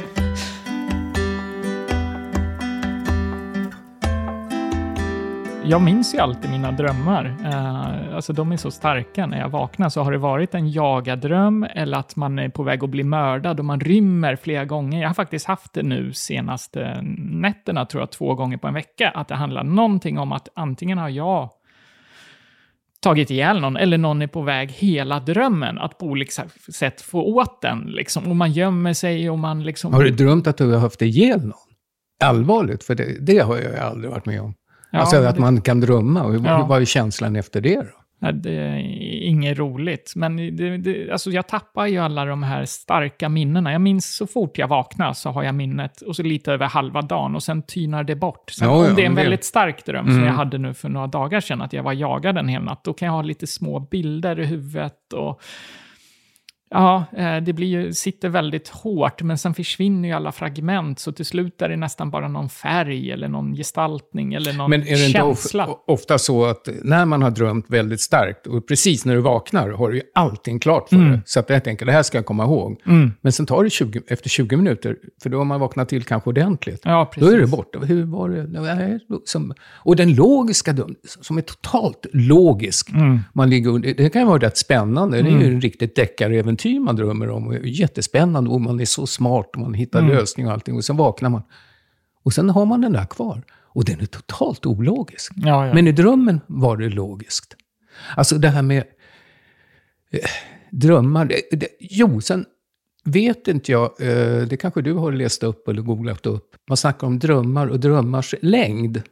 Jag minns ju alltid mina drömmar. Alltså de är så starka. När jag vaknar så har det varit en jagadröm eller att man är på väg att bli mördad och man rymmer flera gånger. Jag har faktiskt haft det nu senaste nätterna, tror jag, 2 gånger på en vecka. Att det handlar någonting om att antingen har jag tagit ihjäl någon eller någon är på väg hela drömmen att på olika sätt få åt den. Liksom. Och man gömmer sig och man liksom... Har du drömt att du har haft ihjäl någon? Allvarligt, för det har jag aldrig varit med om. Ja, alltså att man kan drömma. Och vad är känslan efter det då? Ja, det är inget roligt. Men alltså jag tappar ju alla de här starka minnena. Jag minns så fort jag vaknar så har jag minnet. Och så lite över halva dagen. Och sen tynar det bort. Sen, om det är en väldigt stark dröm som jag hade nu för några dagar sedan. Att jag var jagad en hel natt. Då kan jag ha lite små bilder i huvudet. Och Ja, det sitter väldigt hårt, men sen försvinner ju alla fragment, så till slut är det nästan bara någon färg eller någon gestaltning eller någon Men är det känsla. inte ofta så att när man har drömt väldigt starkt och precis när du vaknar har du ju allting klart för det. Så att jag tänker, det här ska jag komma ihåg. Men sen tar det efter 20 minuter, för då har man vaknat till kanske ordentligt. Ja, precis. Då är det borta. Hur var det? Och den logiska drömmen, som är totalt logisk. Man ligger under, det kan ju vara rätt spännande. Det är ju en riktigt deckaräventyr man drömmer om. Och jättespännande och man är så smart och man hittar lösning och allting. Och sen vaknar man. Och sen har man den där kvar. Och den är totalt ologisk. Ja. Men i drömmen var det logiskt. Alltså det här med drömmar. Sen vet inte jag, det kanske du har läst upp eller googlat upp. Man snackar om drömmar och drömmars längd.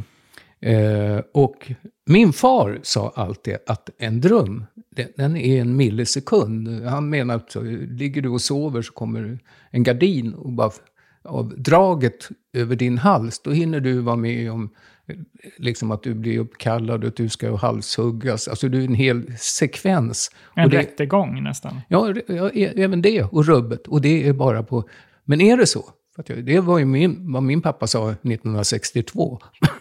Och min far sa alltid att en dröm, den är en millisekund. Han menar att ligger du och sover så kommer en gardin och bara av draget över din hals, då hinner du vara med om liksom att du blir uppkallad och att du ska halshuggas. Alltså det är en hel sekvens. En rättegång nästan. Ja, även det och rubbet. Och det är bara på... Men är det så? Det var ju vad min pappa sa 1962.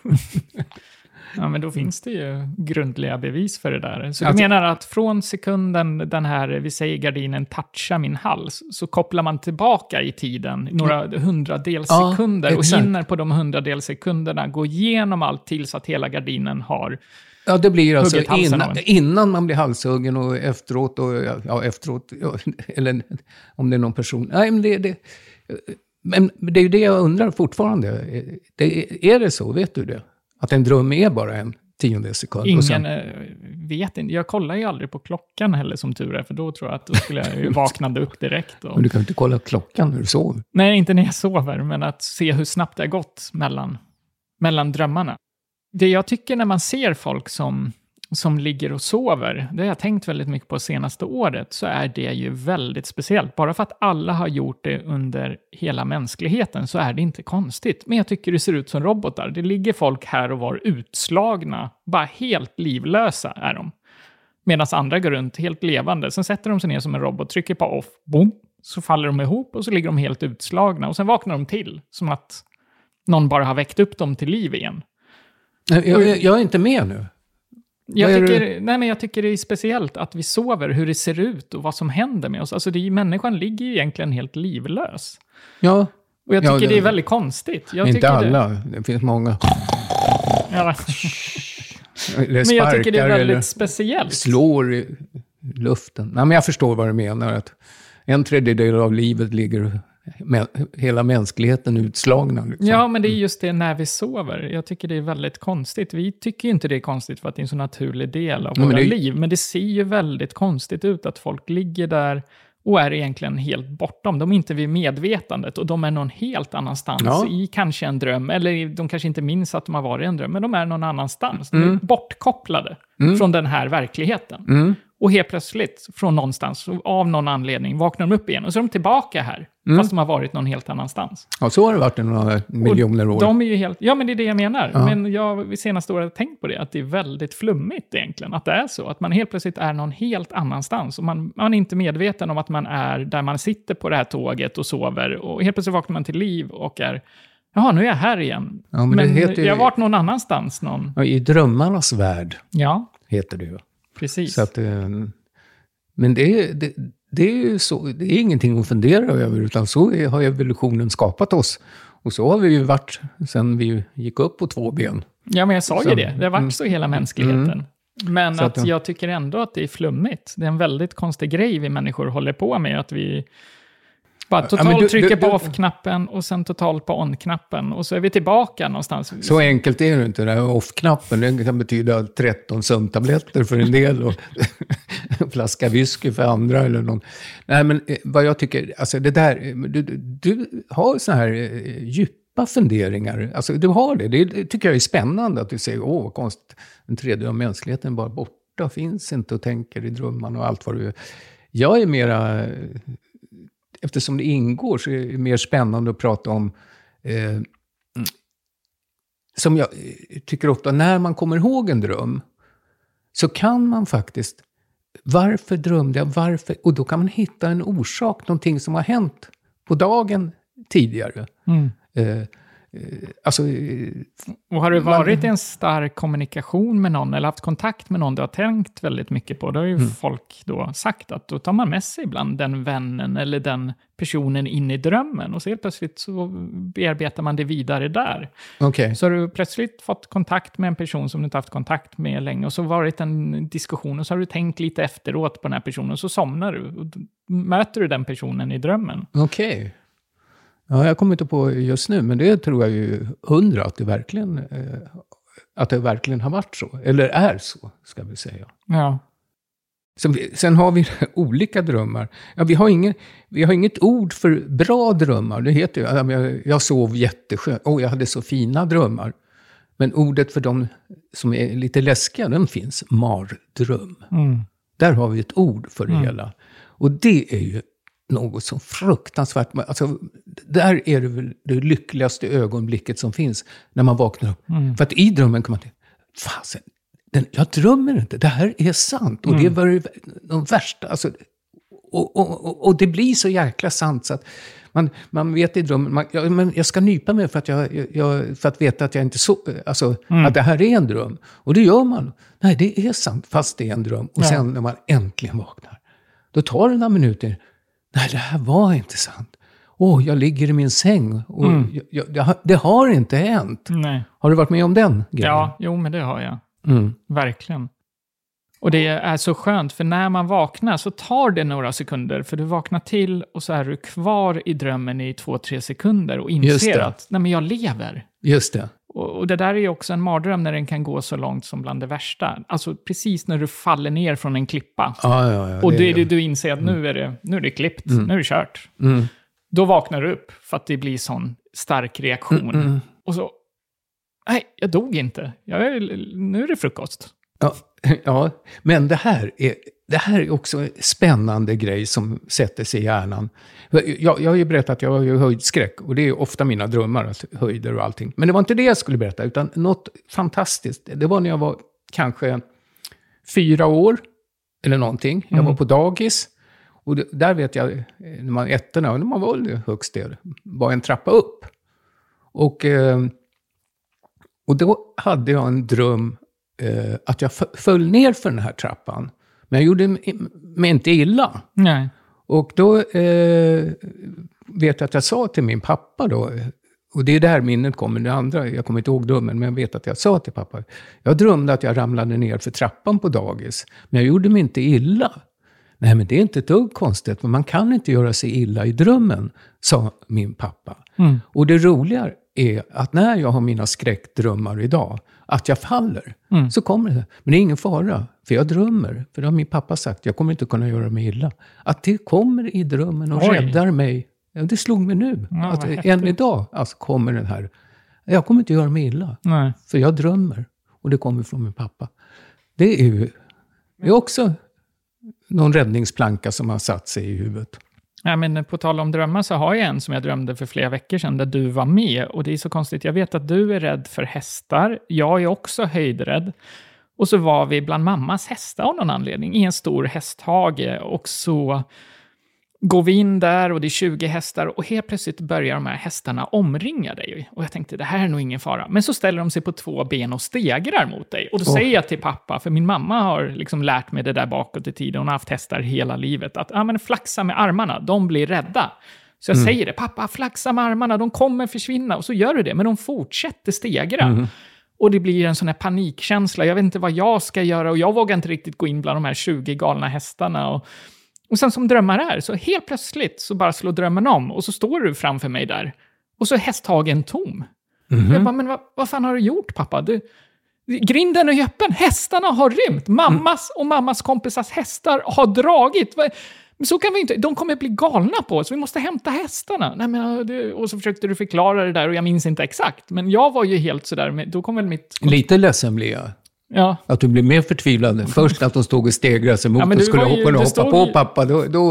Ja, men då finns det ju grundliga bevis för det där. Så du menar att från sekunden den här, vi säger gardinen, touchar min hals, så kopplar man tillbaka i tiden några hundradels sekunder och hinner på de 100-dels sekunderna gå igenom allt tills att hela gardinen har... Ja, det blir alltså innan man blir halshuggen och efteråt, eller om det är någon person. Nej, men men det är ju det jag undrar fortfarande. Är det så, vet du det? Att en dröm är bara en 10 sekund. Ingen vet inte. Jag kollar ju aldrig på klockan heller, som tur är. För då tror jag att då skulle jag ju vaknade upp direkt. Men du kan inte kolla klockan när du sover? Nej, inte när jag sover. Men att se hur snabbt det har gått mellan drömmarna. Det jag tycker när man ser folk som ligger och sover, det har jag tänkt väldigt mycket på senaste året, så är det ju väldigt speciellt. Bara för att alla har gjort det under hela mänskligheten så är det inte konstigt. Men jag tycker det ser ut som robotar. Det ligger folk här och var utslagna, bara helt livlösa är de. Medan andra går runt helt levande. Sen sätter de sig ner som en robot, trycker på off, boom, så faller de ihop och så ligger de helt utslagna. Och sen vaknar de till, som att någon bara har väckt upp dem till liv igen. Jag är inte med nu. Jag tycker det är speciellt att vi sover, hur det ser ut och vad som händer med oss. Alltså människan ligger ju egentligen helt livlös. Ja. Och jag tycker det är väldigt konstigt. Inte alla, det finns många. Ja. Men jag tycker det är väldigt speciellt. Slår i luften. Nej, men jag förstår vad du menar. Att 1/3 av livet ligger hela mänskligheten utslagna. Liksom. Ja, men det är just det när vi sover. Jag tycker det är väldigt konstigt. Vi tycker ju inte det är konstigt för att det är en så naturlig del av våra liv. Men det ser ju väldigt konstigt ut att folk ligger där och är egentligen helt bortom. De är inte vid medvetandet och de är någon helt annanstans i kanske en dröm. Eller de kanske inte minns att de har varit i en dröm, men de är någon annanstans. De är bortkopplade från den här verkligheten. Och helt plötsligt, från någonstans, av någon anledning, vaknar de upp igen. Och så är de tillbaka här, fast de har varit någon helt annanstans. Ja, så har det varit i några miljoner år. De är ju helt... Ja, men det är det jag menar. Ja. Men jag senaste året har tänkt på det, att det är väldigt flummigt egentligen. Att det är så, att man helt plötsligt är någon helt annanstans. Och man är inte medveten om att man är där man sitter på det här tåget och sover. Och helt plötsligt vaknar man till liv och är... Jaha, nu är jag här igen. Ja, men jag har varit någon annanstans. Ja, i drömmarnas värld heter det ju. Precis. Så att, men det är ju så, det är ingenting att fundera över, utan så har evolutionen skapat oss. Och så har vi ju varit sen vi gick upp på 2 ben. Ja, men jag sa ju det. Det har varit så hela mänskligheten. Men att jag tycker ändå att det är flummigt. Det är en väldigt konstig grej vi människor håller på med. Att vi bara totalt trycker på off-knappen och sen totalt på on-knappen. Och så är vi tillbaka någonstans. Så enkelt är det inte. Den här off-knappen, den kan betyda 13 sömntabletter för en del och en flaska whisky för andra. Eller någon. Nej, men vad jag tycker, alltså det där, du har så här djupa funderingar. Alltså du har det. Det tycker jag är spännande att du säger, vad konstigt. En tredjedel av mänskligheten är bara borta, finns inte och tänker i drömmarna och allt vad du... Jag är mera... Eftersom det ingår så är det mer spännande att prata om, som jag tycker ofta, när man kommer ihåg en dröm så kan man faktiskt varför drömde jag? Varför? Och då kan man hitta en orsak, någonting som har hänt på dagen tidigare. Alltså, och har du varit i en stark kommunikation med någon eller haft kontakt med någon du har tänkt väldigt mycket på, då har ju folk då sagt att då tar man med sig ibland den vännen eller den personen in i drömmen och så helt plötsligt så bearbetar man det vidare där. Okay. Så har du plötsligt fått kontakt med en person som du inte haft kontakt med länge och så har det varit en diskussion och så har du tänkt lite efteråt på den här personen och så somnar du och möter du den personen i drömmen. Okej. Okay. Ja, jag kommer inte på just nu, men det tror jag ju 100 att det verkligen har varit så. Eller är så, ska vi säga. Ja. Sen har vi olika drömmar. Ja, vi har inget ord för bra drömmar. Det heter ju, jag sov jätteskönt. Jag hade så fina drömmar. Men ordet för de som är lite läskiga, den finns. Mardröm. Där har vi ett ord för det hela. Och det är ju något så fruktansvärt. Alltså, där är det väl det lyckligaste ögonblicket som finns när man vaknar upp. För att i drömmen kan man tänka, fasen, jag drömmer inte, det här är sant. Och det var de värsta, alltså, och det blir så jäkla sant så att man vet i drömmen, men jag ska nypa mig för att veta att jag inte så, alltså, att det här är en dröm. Och det gör man. Nej, det är sant, fast det är en dröm. Och sen när man äntligen vaknar, då tar det några minuter. Nej, det här var inte sant. Jag ligger i min säng. Och det har inte hänt. Nej. Har du varit med om den grejen? Ja, jo, men det har jag. Verkligen. Och det är så skönt, för när man vaknar så tar det några sekunder. För du vaknar till och så är du kvar i drömmen i 2-3 sekunder och inser att nej, men jag lever. Just det. Och det där är ju också en mardröm när den kan gå så långt som bland det värsta. Alltså precis när du faller ner från en klippa. Ja, och du inser att nu är det klippt, nu är det kört. Då vaknar du upp för att det blir sån stark reaktion. Och så, nej, jag dog inte. Nu är det frukost. Ja, men det här är också en spännande grej som sätter sig i hjärnan. Jag har ju berättat att jag har ju höjdskräck. Och det är ofta mina drömmar, alltså höjder och allting. Men det var inte det jag skulle berätta, utan något fantastiskt. Det var när jag var kanske 4 år eller någonting. Jag var på dagis. Och där vet jag, när man ettorna, och när man var högst där, var en trappa upp. Och då hade jag en dröm att jag föll ner för den här trappan. Men jag gjorde mig inte illa. Nej. Och då vet jag att jag sa till min pappa då, och det är där minnet kommer, det andra, jag kommer inte ihåg drömmen, men jag vet att jag sa till pappa, jag drömde att jag ramlade ner för trappan på dagis, men jag gjorde mig inte illa. Nej, men det är inte ett dugg konstigt, för man kan inte göra sig illa i drömmen, sa min pappa. Och det roliga är att när jag har mina skräckdrömmar idag, att jag faller, så kommer det. Men det är ingen fara, för jag drömmer. För det har min pappa sagt, jag kommer inte kunna göra mig illa. Att det kommer i drömmen och räddar mig. Ja, det slog mig nu. Ja, att än idag alltså, kommer den här. Jag kommer inte göra mig illa. Nej. För jag drömmer. Och det kommer från min pappa. Det är ju också någon räddningsplanka som har satt sig i huvudet. Ja, men på tal om drömmar så har jag en som jag drömde för flera veckor sedan där du var med. Och det är så konstigt. Jag vet att du är rädd för hästar. Jag är också höjdrädd. Och så var vi bland mammas hästar av någon anledning i en stor hästhage. Och så går vi in där och det är 20 hästar. Och helt plötsligt börjar de här hästarna omringa dig. Och jag tänkte, det här är nog ingen fara. Men så ställer de sig på 2 ben och stegrar mot dig. Och då säger jag till pappa, för min mamma har liksom lärt mig det där bakåt i tiden. Hon har haft hästar hela livet. Att men flaxa med armarna, de blir rädda. Så jag säger det, pappa, flaxa med armarna, de kommer försvinna. Och så gör du det, men de fortsätter stegra. Och det blir en sån här panikkänsla. Jag vet inte vad jag ska göra och jag vågar inte riktigt gå in bland de här 20 galna hästarna. Och sen som drömmar är, så helt plötsligt så bara slår drömmen om. Och så står du framför mig där. Och så är hästhagen tom. Jag bara, men vad fan har du gjort, pappa? Grinden är öppen, hästarna har rymt. Mammas och mammas kompisars hästar har dragit. Men så kan vi inte, de kommer bli galna på oss. Vi måste hämta hästarna. Nej, men, och så försökte du förklara det där och jag minns inte exakt. Men jag var ju helt sådär, då kom väl mitt... Lite ledsen blir jag. Ja. Att du blir mer förtvivlad. Först att de stod och stegrade sig mot och skulle hoppa på pappa.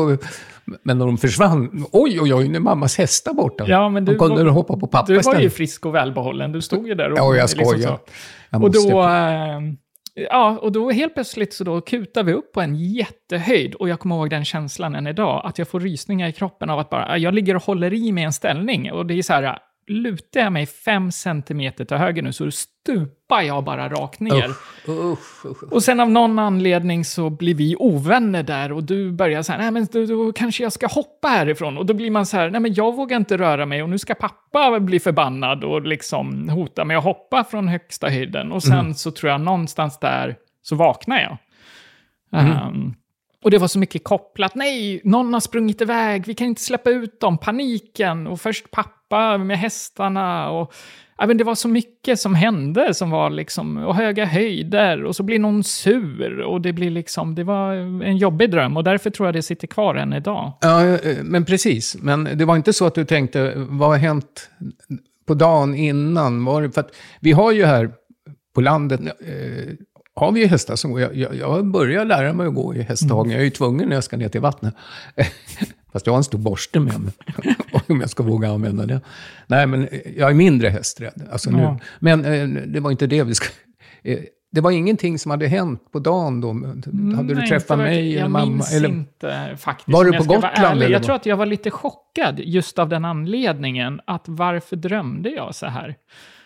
Men när de försvann, oj, när mammas hästar borta. Ja, men de kunde hoppa på pappa du var istället. ju frisk och välbehållen. Du stod ju där och... Ja, jag skojar. Och då... Ja, och då helt plötsligt så då kutar vi upp på en jättehöjd. Och jag kommer ihåg den känslan än idag. Att jag får rysningar i kroppen av att bara, jag ligger och håller i med en ställning. Och det är så här, lutar jag mig 5 centimeter till höger nu så stupar jag bara rakt ner. Och sen av någon anledning så blir vi ovänner där. Och du börjar så här, nej men då kanske jag ska hoppa härifrån. Och då blir man så här, nej men jag vågar inte röra mig. Och nu ska pappa bli förbannad och liksom hota mig att hoppa från högsta höjden. Och sen så tror jag någonstans där så vaknar jag. Och det var så mycket kopplat. Nej, någon har sprungit iväg. Vi kan inte släppa ut dem. Paniken. Och först pappa med hästarna. Och men det var så mycket som hände som var liksom, och höga höjder. Och så blir någon sur. Och det blir liksom, det var en jobbig dröm. Och därför tror jag det sitter kvar än idag. Ja, men precis. Men det var inte så att du tänkte, vad har hänt på dagen innan? Var det, för att vi har ju här på landet... har vi ju hästar som går. Jag börjar lära mig att gå i hästhagen. Jag är ju tvungen när jag ska ner till vattnet. Fast jag har en stor borste med mig. Om jag ska våga använda det. Nej, men jag är mindre hästrädd. Alltså nu. Ja. Men det var inte det vi ska... Det var ingenting som hade hänt på dagen då. Hade du träffat mig eller mamma? Jag minns inte faktiskt. Var du på Gotland? Jag tror att jag var lite chockad just av den anledningen. Att varför drömde jag så här?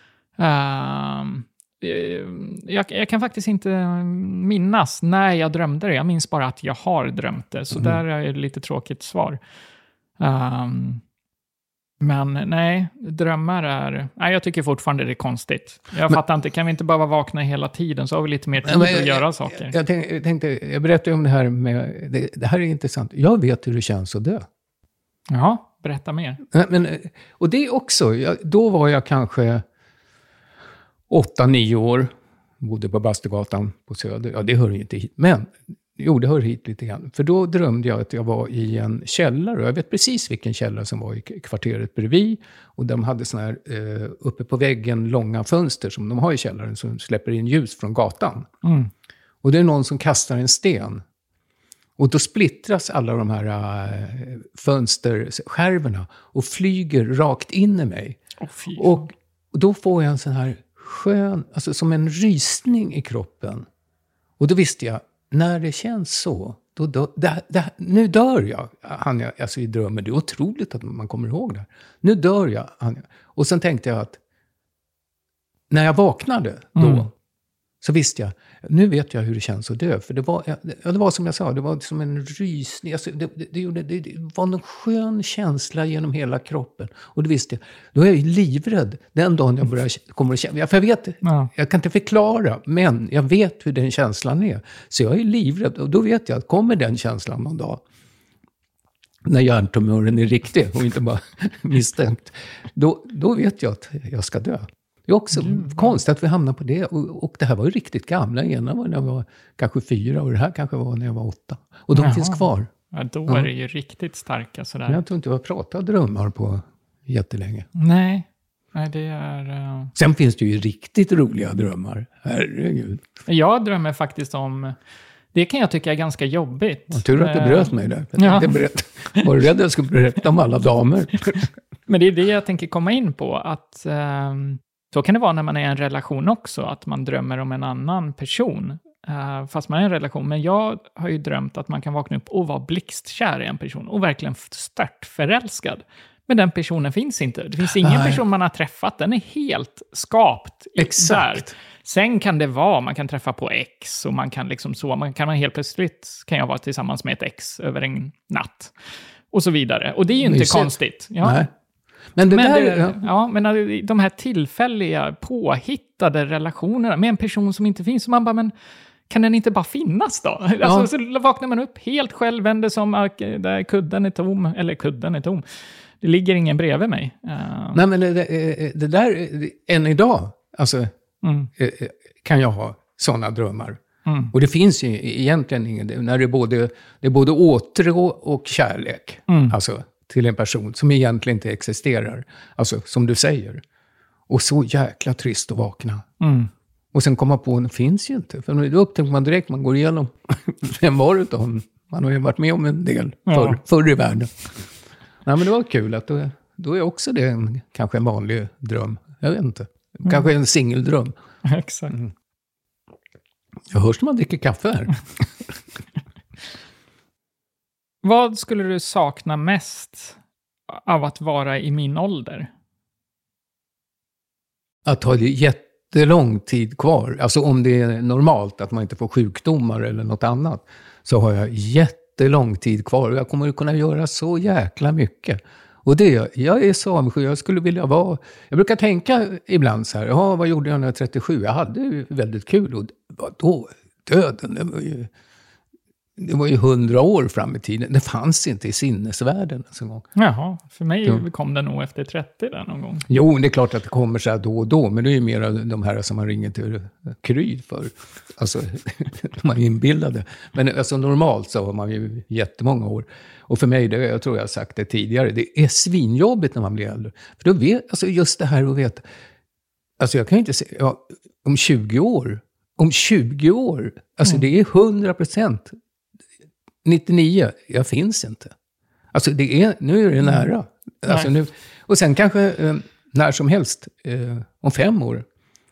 Jag kan faktiskt inte minnas när jag drömde det. Jag minns bara att jag har drömt det. Så där är det lite tråkigt svar. Men nej, drömmar är... Nej, jag tycker fortfarande det är konstigt. Jag fattar inte, kan vi inte bara vakna hela tiden så har vi lite mer tid att göra saker? Jag berättade om det här med... Det här är intressant. Jag vet hur det känns att dö. Ja, berätta mer. Och det också, då var jag kanske 8-9 år. Bodde på Bastugatan på Söder. Ja, det hör inte hit. Men, det hör hit lite grann. För då drömde jag att jag var i en källare. Och jag vet precis vilken källare som var i kvarteret bredvid. Och de hade såna här uppe på väggen långa fönster som de har i källaren. Som släpper in ljus från gatan. Och det är någon som kastar en sten. Och då splittras alla de här fönsterskärvorna. Och flyger rakt in i mig. Och då får jag en sån här skön, alltså som en rysning i kroppen. Och då visste jag, när det känns så, nu dör jag. Alltså i drömmen, det är otroligt att man kommer ihåg det. Nu dör jag. Och sen tänkte jag att när jag vaknade då, så visste jag, nu vet jag hur det känns att dö. För det var som jag sa, det var som en rysning. Alltså det var en skön känsla genom hela kroppen. Och då visste jag, då är jag livrädd den dagen jag kommer att känna. För jag vet, jag kan inte förklara, men jag vet hur den känslan är. Så jag är livrädd. Och då vet jag att kommer den känslan någon dag, när hjärntumören är riktig och inte bara misstänkt, då vet jag att jag ska dö. Det är också konstigt att vi hamnar på det. Och det här var ju riktigt gamla. Ena var när jag var kanske 4 och det här kanske var när jag var 8. Och de finns kvar. Ja, då är det ju riktigt starka sådär. Men jag tror inte jag har pratat drömmar på jättelänge. Nej, det är... Sen finns det ju riktigt roliga drömmar. Herregud. Jag drömmer faktiskt om... Det kan jag tycka är ganska jobbigt. Jag tror att du bröt mig där. Var du rädd att jag skulle berätta om alla damer? Men det är det jag tänker komma in på. Att så kan det vara när man är i en relation också. Att man drömmer om en annan person. Fast man är i en relation. Men jag har ju drömt att man kan vakna upp och vara blixtkär i en person. Och verkligen stört förälskad. Men den personen finns inte. Det finns ingen person man har träffat. Den är helt skapt. Exakt. Där. Sen kan det vara, man kan träffa på ex. Och man kan liksom så. Man kan helt plötsligt, kan jag vara tillsammans med ett ex över en natt. Och så vidare. Och det är ju inte konstigt. Ja. Nej. Men men de här tillfälliga påhittade relationerna med en person som inte finns. Så man bara, men kan den inte bara finnas då? Alltså, så vaknar man upp helt själv, vänder som där kudden är tom. Eller kudden är tom. Det ligger ingen bredvid mig. Nej, men det där, än idag, alltså, kan jag ha sådana drömmar. Och det finns ju egentligen ingen, när det är både åtrå och kärlek. Alltså till en person som egentligen inte existerar. Alltså som du säger. Och så jäkla trist att vakna. Och sen komma på, den finns ju inte. För då upptäcker man direkt, man går igenom vem var det då? Man har ju varit med om en del förr i världen. Nej, men det var kul att då är också det kanske en vanlig dröm. Jag vet inte. Kanske en singeldröm. Exakt. Jag hörs när man dricker kaffe här. Vad skulle du sakna mest av att vara i min ålder? Att ha jättelång tid kvar. Alltså om det är normalt att man inte får sjukdomar eller något annat. Så har jag jättelång tid kvar. Och jag kommer att kunna göra så jäkla mycket. Och jag är så avundsjuk. Jag skulle vilja vara... Jag brukar tänka ibland så här. Vad gjorde jag när jag var 37? Jag hade ju väldigt kul. Och vadå? Döden, det var ju 100 år fram i tiden. Det fanns inte i sinnesvärlden ens en gång. Jaha, för mig kom det nog efter 30 där någon gång. Jo, det är klart att det kommer så här då och då. Men det är ju mer de här som man ringer till Kry för. Alltså, de är inbildade. Men alltså normalt så har man ju jättemånga år. Och för mig, jag tror jag har sagt det tidigare, det är svinjobbigt när man blir äldre. För då vet, alltså just det här att veta. Alltså jag kan ju inte säga, om 20 år. Alltså det är 100%. 99, jag finns inte. Alltså nu är det nära. Alltså nu, och sen kanske när som helst, om 5 år.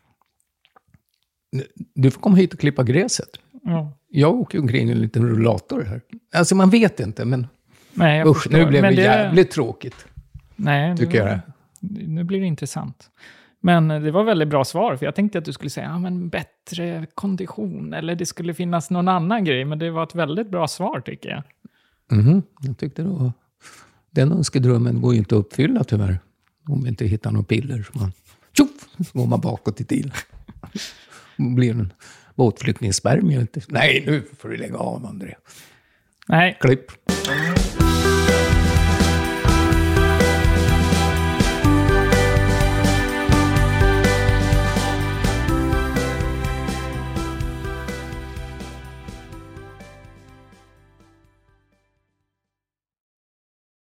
Du får komma hit och klippa gräset. Ja. Jag åker omkring en liten rullator här. Alltså man vet inte, men Nej, usch, nu blev det jävligt tråkigt. Nej, tycker jag. Nu blir det intressant. Men det var väldigt bra svar, för jag tänkte att du skulle säga men bättre kondition, eller det skulle finnas någon annan grej, men det var ett väldigt bra svar tycker jag. Jag tyckte det var... Den önskedrömmen går ju inte att uppfylla tyvärr. Om vi inte hittar någon piller. Så går man bakåt i tiden. Blir en båtflyktningsspermie. Nej, nu får du lägga av, André. Nej. Klipp.